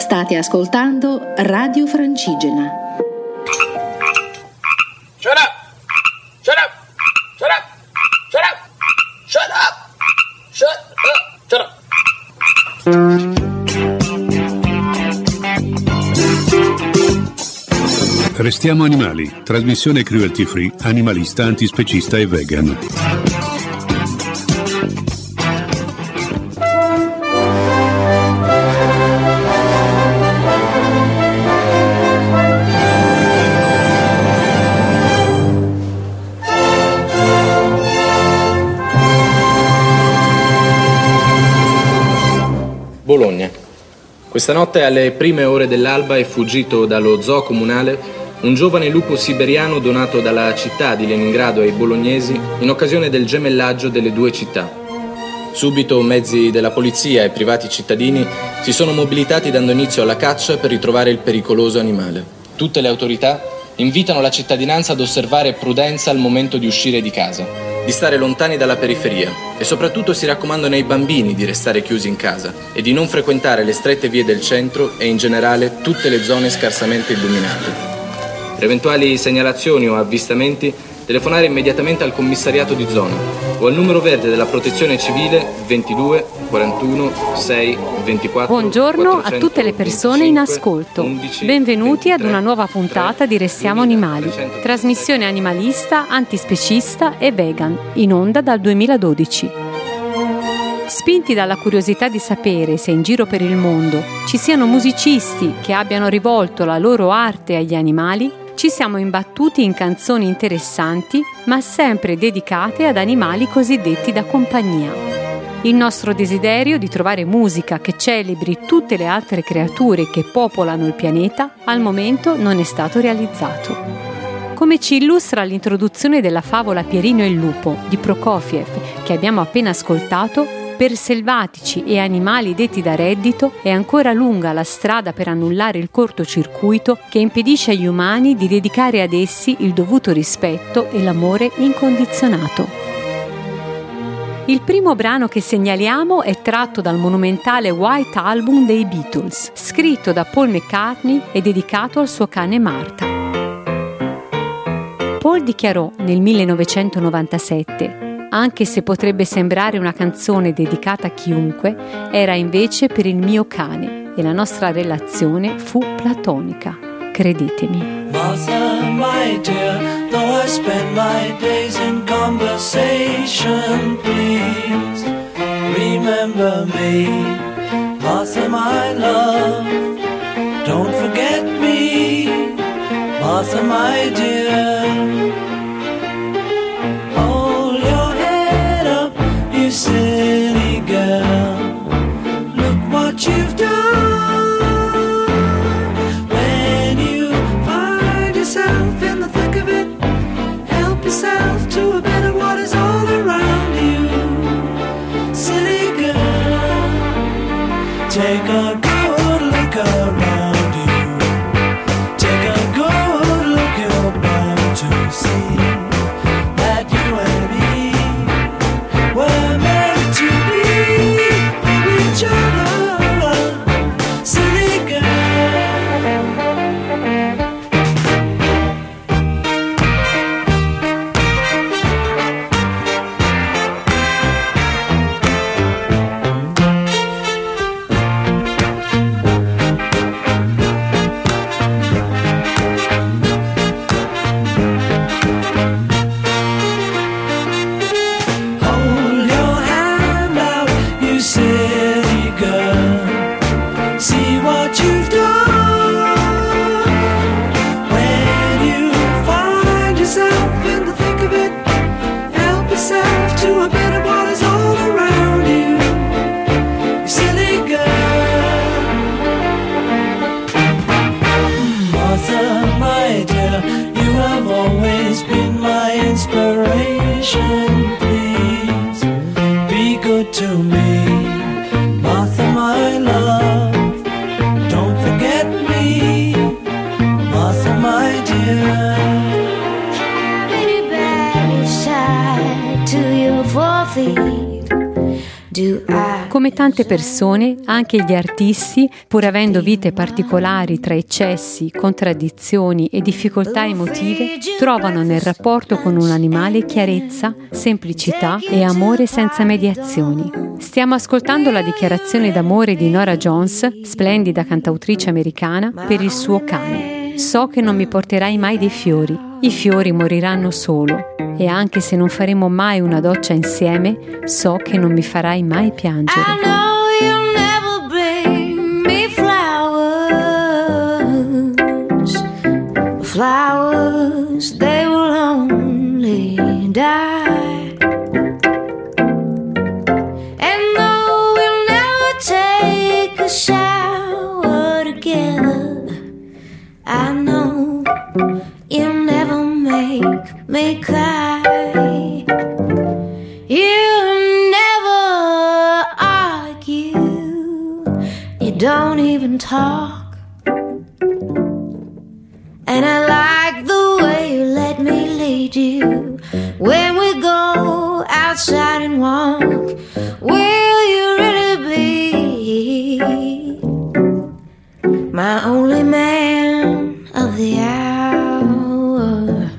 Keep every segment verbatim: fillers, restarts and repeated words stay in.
State ascoltando Radio Francigena. Shut up! Shut up! Shut up! Shut up! Shut up! Shut up! Shut up! Restiamo animali. Trasmissione cruelty free, animalista, antispecista e vegan. Bologna. Questa notte alle prime ore dell'alba è fuggito dallo zoo comunale un giovane lupo siberiano donato dalla città di Leningrado ai bolognesi in occasione del gemellaggio delle due città. Subito mezzi della polizia e privati cittadini si sono mobilitati dando inizio alla caccia per ritrovare il pericoloso animale. Tutte le autorità invitano la cittadinanza ad osservare prudenza al momento di uscire di casa, di stare lontani dalla periferia e soprattutto si raccomandano ai bambini di restare chiusi in casa e di non frequentare le strette vie del centro e in generale tutte le zone scarsamente illuminate. Per eventuali segnalazioni o avvistamenti, telefonare immediatamente al commissariato di zona o al numero verde della protezione civile ventidue quarantuno sei ventiquattro. Buongiorno a tutte le persone in ascolto. Benvenuti ad una nuova puntata di Restiamo Animali, trasmissione animalista, antispecista e vegan, in onda dal duemiladodici. Spinti dalla curiosità di sapere se in giro per il mondo ci siano musicisti che abbiano rivolto la loro arte agli animali, ci siamo imbattuti in canzoni interessanti, ma sempre dedicate ad animali cosiddetti da compagnia. Il nostro desiderio di trovare musica che celebri tutte le altre creature che popolano il pianeta, al momento non è stato realizzato. Come ci illustra l'introduzione della favola Pierino e il lupo di Prokofiev, che abbiamo appena ascoltato, per selvatici e animali detti da reddito è ancora lunga la strada per annullare il cortocircuito che impedisce agli umani di dedicare ad essi il dovuto rispetto e l'amore incondizionato. Il primo brano che segnaliamo è tratto dal monumentale White Album dei Beatles, scritto da Paul McCartney e dedicato al suo cane Martha. Paul dichiarò nel millenovecentonovantasette: anche se potrebbe sembrare una canzone dedicata a chiunque, era invece per il mio cane e la nostra relazione fu platonica. Credetemi. Martha, my dear, though I spend my days in conversation, please remember me. Martha, my love, don't forget me. Martha, my dear. You silly girl, look what you've done. When you find yourself in the thick of it, help yourself to a bit of what is all around you. Silly girl, take a good look around you. Take a good look, you're bound to see that you and me were meant to be with each other, silly girl. Please be good to me, Martha, my love. Don't forget me, Martha, my dear. Carry back inside to your four feet. Do I Come tante persone, anche gli artisti, pur avendo vite particolari tra eccessi, contraddizioni e difficoltà emotive, trovano nel rapporto con un animale chiarezza, semplicità e amore senza mediazioni. Stiamo ascoltando la dichiarazione d'amore di Norah Jones, splendida cantautrice americana, per il suo cane. So che non mi porterai mai dei fiori, i fiori moriranno solo. E anche se non faremo mai una doccia insieme, so che non mi farai mai piangere. I know you'll never bring me flowers. Flowers, they will only die. And though we'll never take a shower together, I know you'll never make me cry. You never argue, you don't even talk. And I like the way you let me lead you when we go outside and walk. Will you really be my only man of the hour?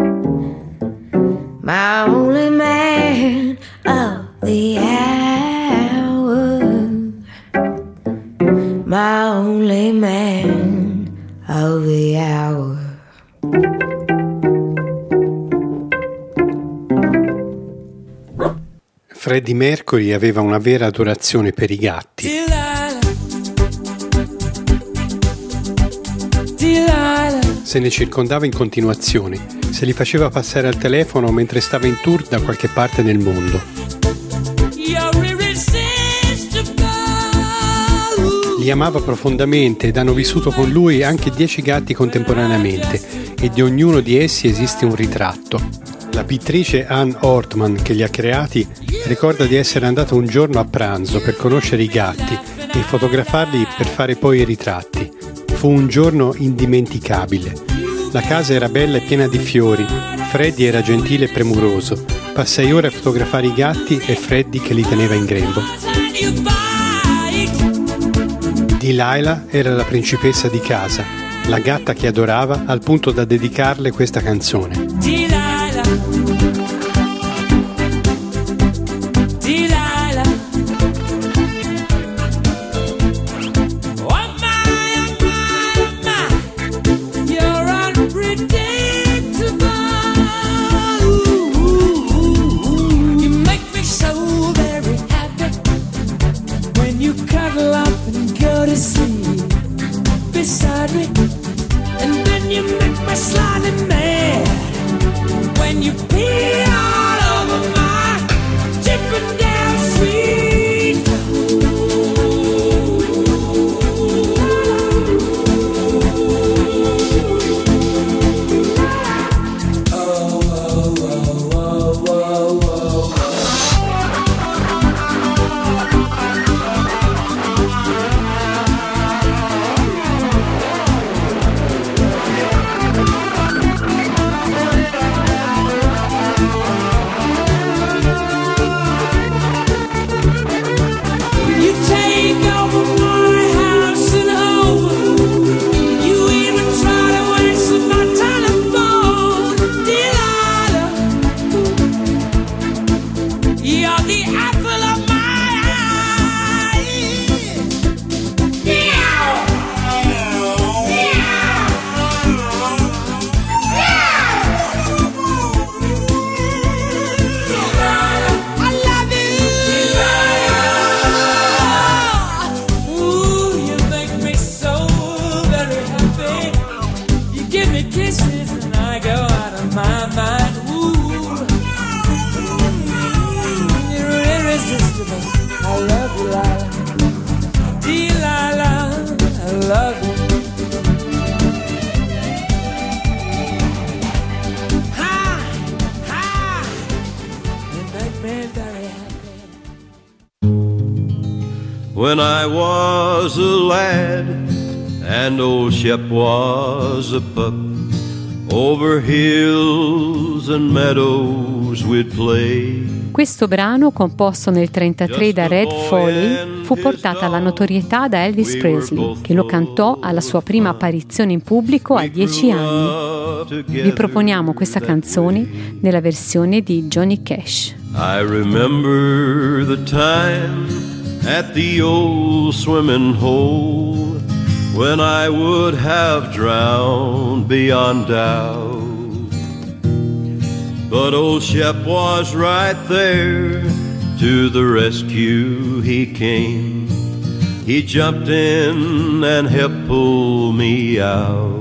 My only man of the hour. My only man of the hour. Freddie Mercury aveva una vera adorazione per i gatti. Se ne circondava in continuazione, se li faceva passare al telefono mentre stava in tour da qualche parte nel mondo. Li amava profondamente ed hanno vissuto con lui anche dieci gatti contemporaneamente e di ognuno di essi esiste un ritratto. La pittrice Anne Ortman, che li ha creati, ricorda di essere andata un giorno a pranzo per conoscere i gatti e fotografarli per fare poi i ritratti. Fu un giorno indimenticabile. La casa era bella e piena di fiori, Freddie era gentile e premuroso. Passai ore a fotografare i gatti e Freddie che li teneva in grembo. Delilah era la principessa di casa, la gatta che adorava al punto da dedicarle questa canzone. When I was a lad and old Shep was a pup, over hills and meadows we'd play. Questo brano, composto nel trentatré da Red Foley, fu portato alla notorietà da Elvis Presley, che lo cantò alla sua prima apparizione in pubblico a dieci anni. Vi proponiamo questa canzone nella versione di Johnny Cash. I remember the time at the old swimming hole when I would have drowned beyond doubt. But old Shep was right there, to the rescue he came. He jumped in and helped pull me out.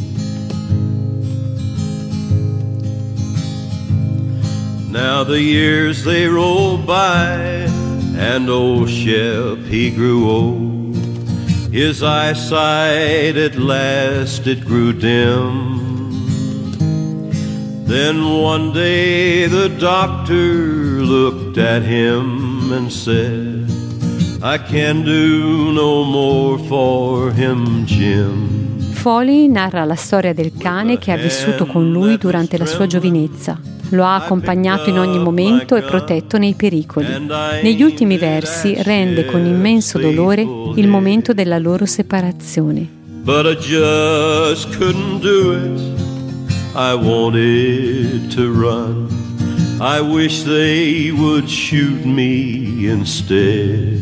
Now the years they roll by, and old Shep he grew old. His eyesight at last it grew dim. Then one day the doctor looked at him and said, I can do no more for him, Jim. Foley narra la storia del cane che ha vissuto con lui durante la sua giovinezza. Lo ha accompagnato in ogni momento e protetto nei pericoli. Negli ultimi versi rende con immenso dolore il momento della loro separazione. But I just couldn't do it. I wanted to run. I wish they would shoot me instead.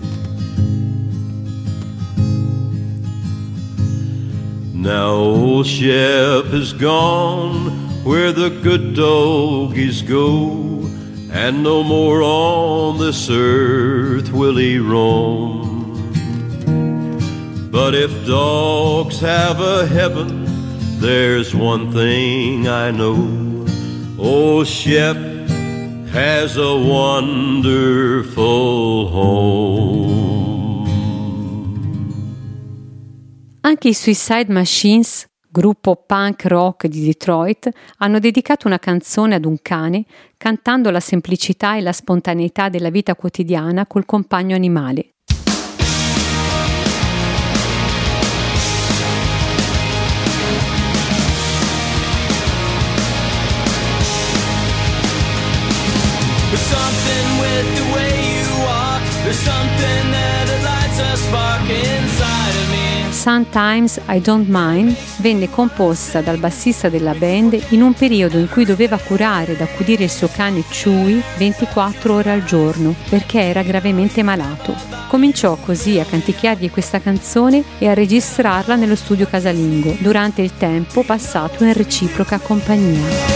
Now old Shep is gone where the good doggies go, and no more on this earth will he roam. But if dogs have a heaven, there's one thing I know, old Shep has a wonderful home. Anche i Suicide Machines, gruppo punk rock di Detroit, hanno dedicato una canzone ad un cane, cantando la semplicità e la spontaneità della vita quotidiana col compagno animale. There's something with the way you walk. There's something that lights a spark inside of me. Sometimes I Don't Mind venne composta dal bassista della band in un periodo in cui doveva curare ed accudire il suo cane Chewie ventiquattro ore al giorno perché era gravemente malato. Cominciò così a canticchiargli questa canzone e a registrarla nello studio casalingo durante il tempo passato in reciproca compagnia.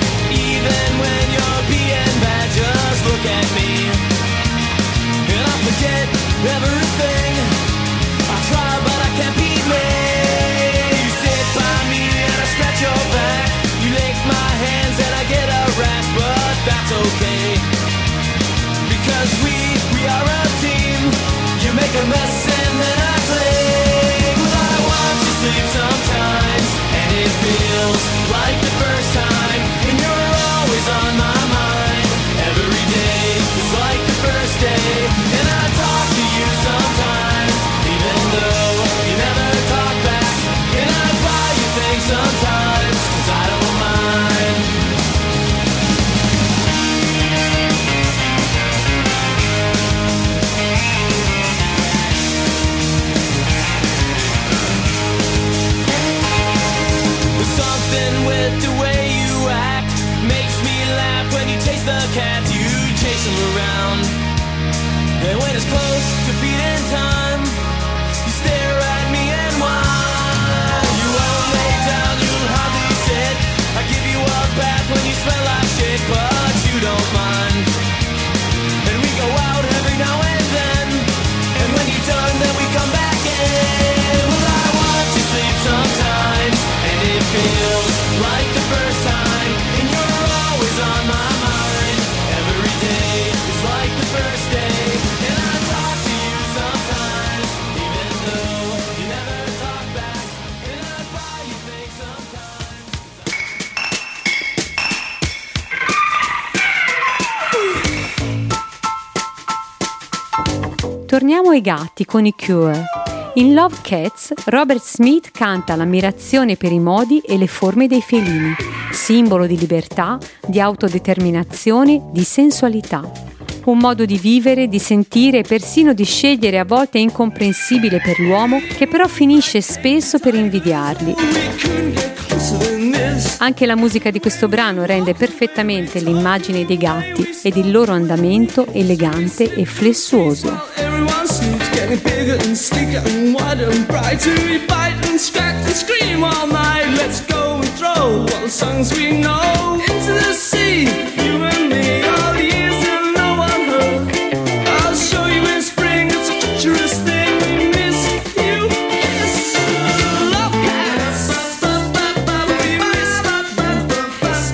Even when you're being bad, just look at me. And I Torniamo ai gatti con i Cure. In Love Cats, Robert Smith canta l'ammirazione per i modi e le forme dei felini, simbolo di libertà, di autodeterminazione, di sensualità. Un modo di vivere, di sentire e persino di scegliere a volte incomprensibile per l'uomo, che però finisce spesso per invidiarli. Anche la musica di questo brano rende perfettamente l'immagine dei gatti ed il loro andamento elegante e flessuoso. Getting bigger and sleeker and wider and brighter. We bite and scratch and scream all night. Let's go and throw all the songs we know into the sea. You and me, all the years and no one heard. I'll show you in spring, it's a treacherous thing. We miss you, yes. Love cats. We miss love cats.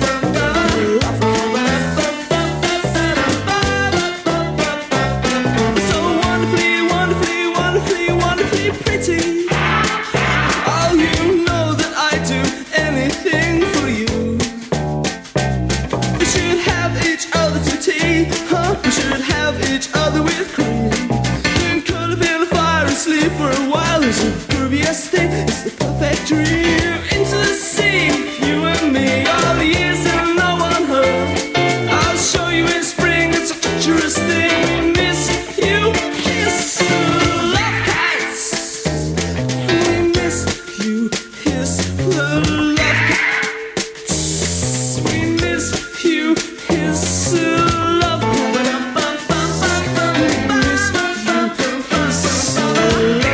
So wonderfully, wonderfully, wonderfully, wonderfully pretty. Oh, you know that I do anything for you. We should have each other to tea, huh? We should have each other with cream. Then curl up in the fire and sleep for a while. It's the grooviest thing, it's the perfect dream. Into the sea, you and me, all the years and no one heard. I'll show you in spring, it's a treacherous thing. We miss you, kiss. Love cats. We miss you, kiss. The love cats. We miss you, kiss. Love cats. We miss you, kiss. Love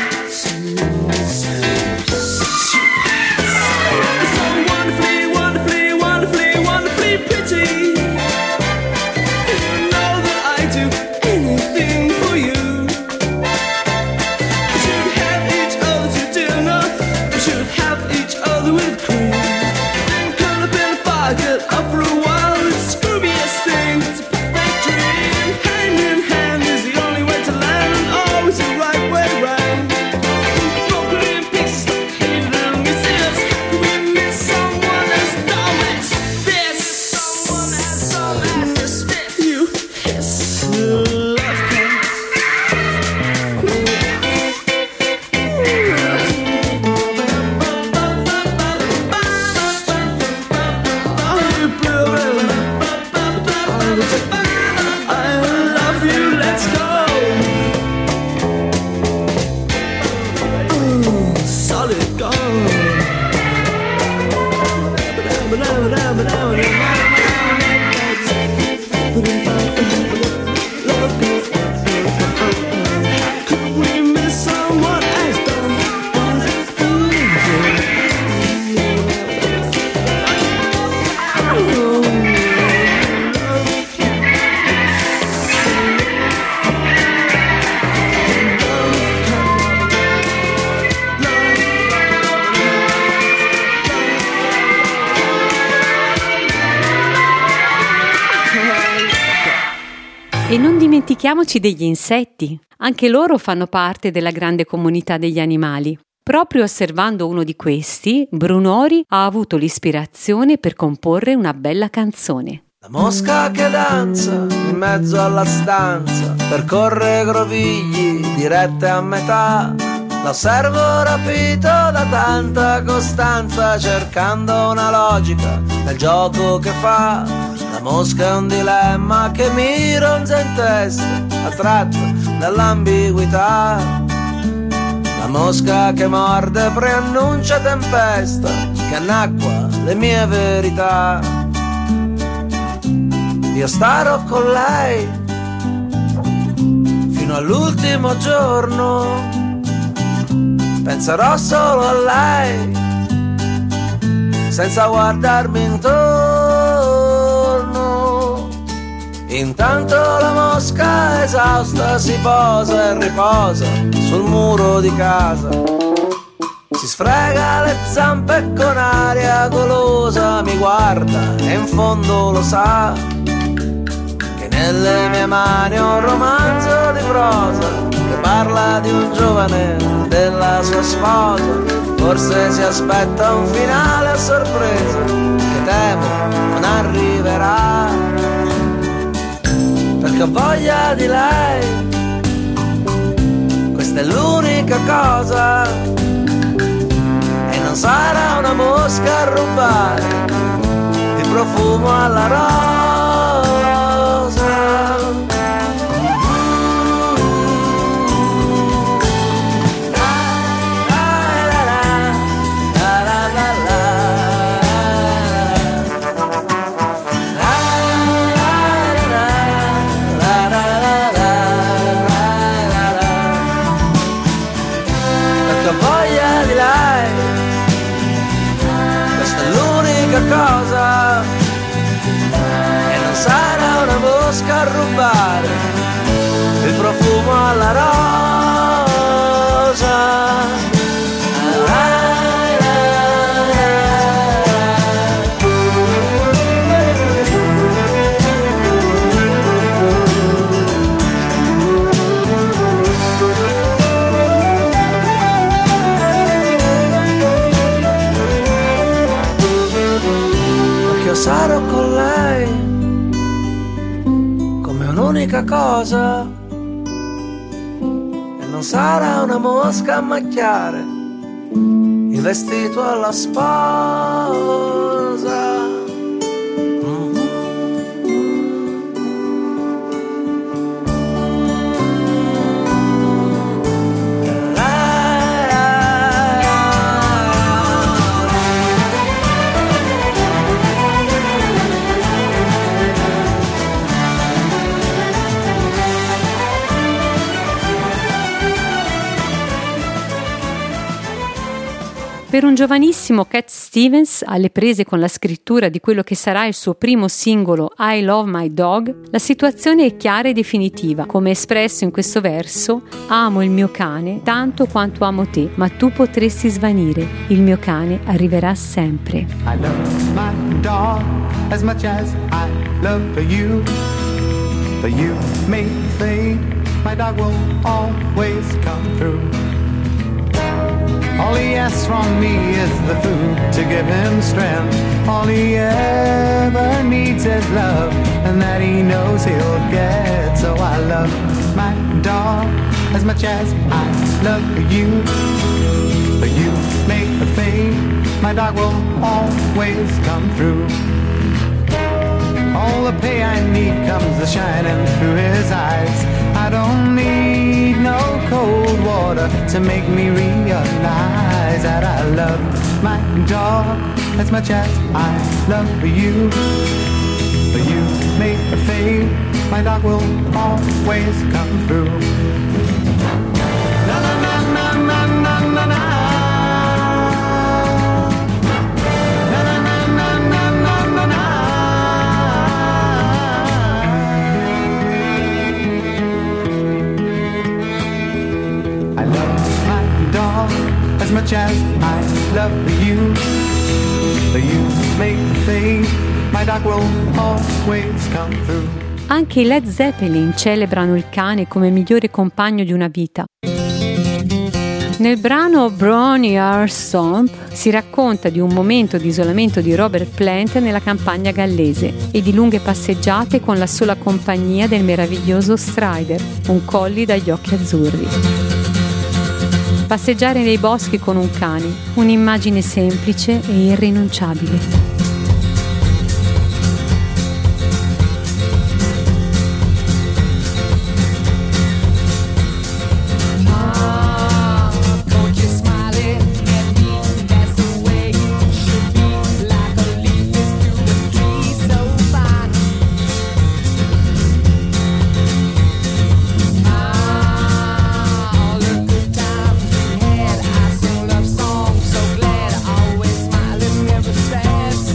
cats. So wonderfully, wonderfully, wonderfully, wonderfully pretty. You know that I do anything for you. We should have each other to dinner. We should have each other with cream. Then curl up in the fire, get up for a while. It's the grooviest thing, it's a perfect dream. Hand in hand is the only way to land, and always the right way round. Broken in pieces like hated and misses. How can we miss someone as dumb as this? Someone as dumb as this. You kiss love cats. I love you, let's go. Ooh, solid gold. Could we miss someone as dumb as E non dimentichiamoci degli insetti. Anche loro fanno parte della grande comunità degli animali. Proprio osservando uno di questi, Brunori ha avuto l'ispirazione per comporre una bella canzone. La mosca che danza in mezzo alla stanza percorre grovigli dirette a metà. L'osservo rapito da tanta costanza, cercando una logica nel gioco che fa. La mosca è un dilemma che mi ronza in testa, attratto dall'ambiguità. La mosca che morde preannuncia tempesta, che annacqua le mie verità. Io starò con lei fino all'ultimo giorno, penserò solo a lei, senza guardarmi intorno. Intanto la mosca esausta si posa e riposa sul muro di casa. Si sfrega le zampe con aria golosa, mi guarda e in fondo lo sa che nelle mie mani ho un romanzo di prosa che parla di un giovane, della sua sposa. Forse si aspetta un finale a sorpresa che temo non arriverà, perché ho voglia di lei questa è l'unica cosa, e non sarà una mosca a rubare il profumo alla rosa. Cosa, e non sarà una mosca a rubare il profumo alla rosa. Sarò con lei come un'unica cosa, e non sarà una mosca a macchiare il vestito alla sposa. Per un giovanissimo Cat Stevens, alle prese con la scrittura di quello che sarà il suo primo singolo I Love My Dog, la situazione è chiara e definitiva. Come espresso in questo verso: amo il mio cane tanto quanto amo te, ma tu potresti svanire, il mio cane arriverà sempre. I love my dog as much as I love you, but you may fade, my dog will always come through. All he asks from me is the food to give him strength. All he ever needs is love, and that he knows he'll get. So I love my dog as much as I love you. But you make the fade, my dog will always come through. All the pay I need comes shining through his eyes. I don't need no cold water to make me realize that I love my dog as much as I love you. But you make a fade, my dog will always come through. Na na na na na na na na. As much as I love you, but you make me fade, my dog will always come through. Anche i Led Zeppelin celebrano il cane come migliore compagno di una vita. Nel brano Boneyard Stomp si racconta di un momento di isolamento di Robert Plant nella campagna gallese e di lunghe passeggiate con la sola compagnia del meraviglioso Strider, un collie dagli occhi azzurri. Passeggiare nei boschi con un cane, un'immagine semplice e irrinunciabile. Sad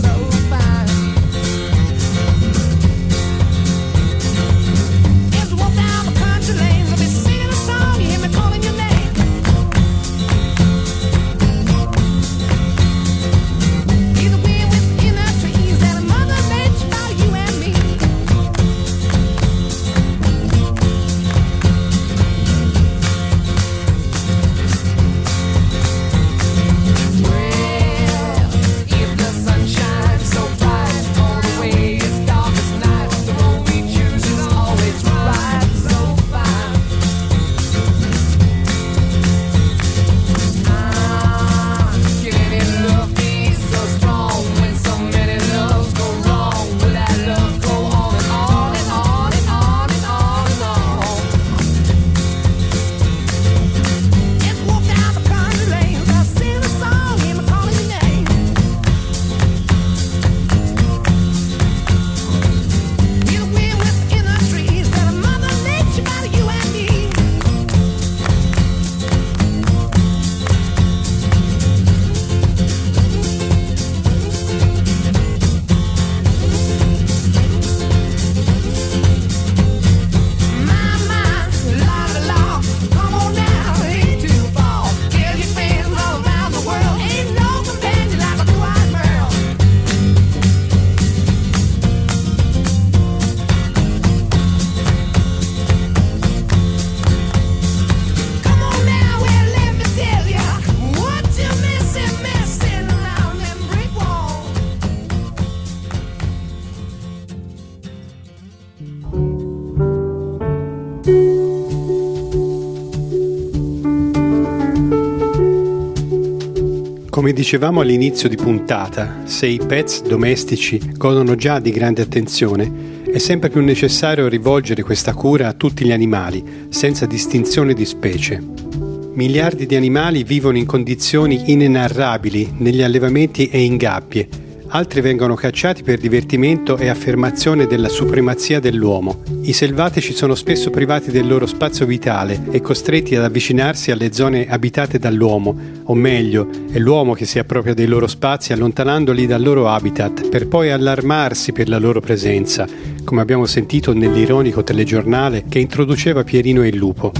Come dicevamo all'inizio di puntata, se i pets domestici godono già di grande attenzione, è sempre più necessario rivolgere questa cura a tutti gli animali, senza distinzione di specie. Miliardi di animali vivono in condizioni inenarrabili negli allevamenti e in gabbie. Altri vengono cacciati per divertimento e affermazione della supremazia dell'uomo. I selvatici sono spesso privati del loro spazio vitale e costretti ad avvicinarsi alle zone abitate dall'uomo, o meglio, è l'uomo che si appropria dei loro spazi allontanandoli dal loro habitat, per poi allarmarsi per la loro presenza, come abbiamo sentito nell'ironico telegiornale che introduceva Pierino e il lupo.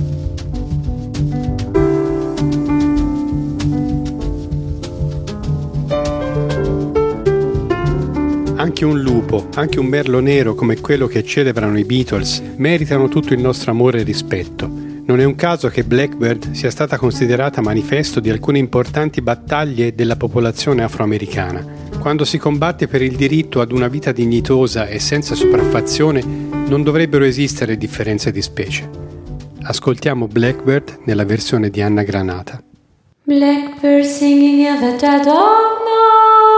Anche un lupo, anche un merlo nero come quello che celebrano i Beatles, meritano tutto il nostro amore e rispetto. Non è un caso che Blackbird sia stata considerata manifesto di alcune importanti battaglie della popolazione afroamericana. Quando si combatte per il diritto ad una vita dignitosa e senza sopraffazione, non dovrebbero esistere differenze di specie. Ascoltiamo Blackbird nella versione di Anna Granata. Blackbird singing in the dead of night.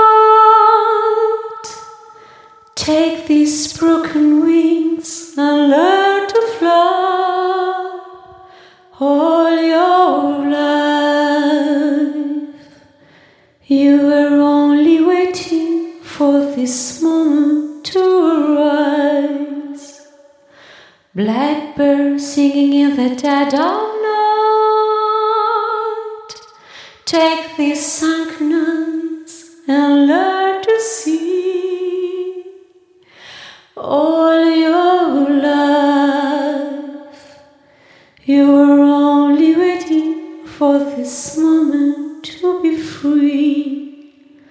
Take these broken wings and learn to fly all your life. You were only waiting for this moment to arise. Blackbird singing in the dead of night. Take these sunken eyes and learn to see all your life. You were only waiting for this moment to be free.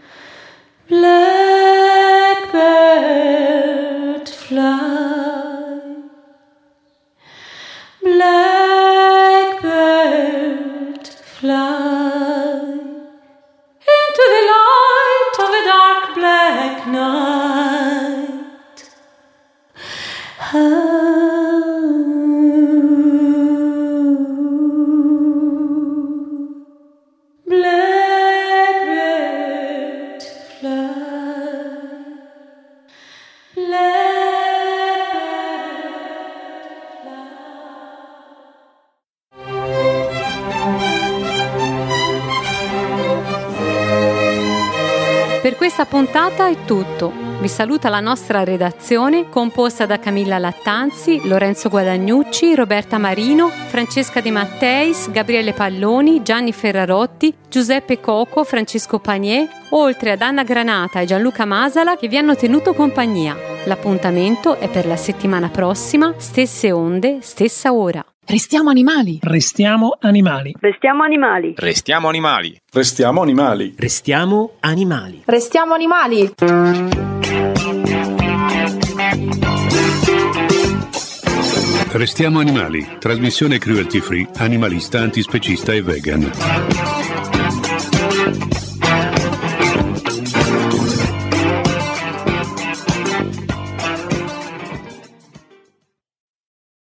Blackbird fly, blackbird fly into the light of a dark black night. Blackbird fly, blackbird fly. Per questa puntata è tutto. Vi saluta la nostra redazione composta da Camilla Lattanzi, Lorenzo Guadagnucci, Roberta Marino, Francesca De Matteis, Gabriele Palloni, Gianni Ferrarotti, Giuseppe Coco, Francesco Panier, oltre ad Anna Granata e Gianluca Masala che vi hanno tenuto compagnia. L'appuntamento è per la settimana prossima, stesse onde, stessa ora. Restiamo animali. Restiamo animali. Restiamo animali. Restiamo animali. Restiamo animali. Restiamo animali. Restiamo animali. Restiamo animali. Trasmissione cruelty free, animalista, antispecista e vegan.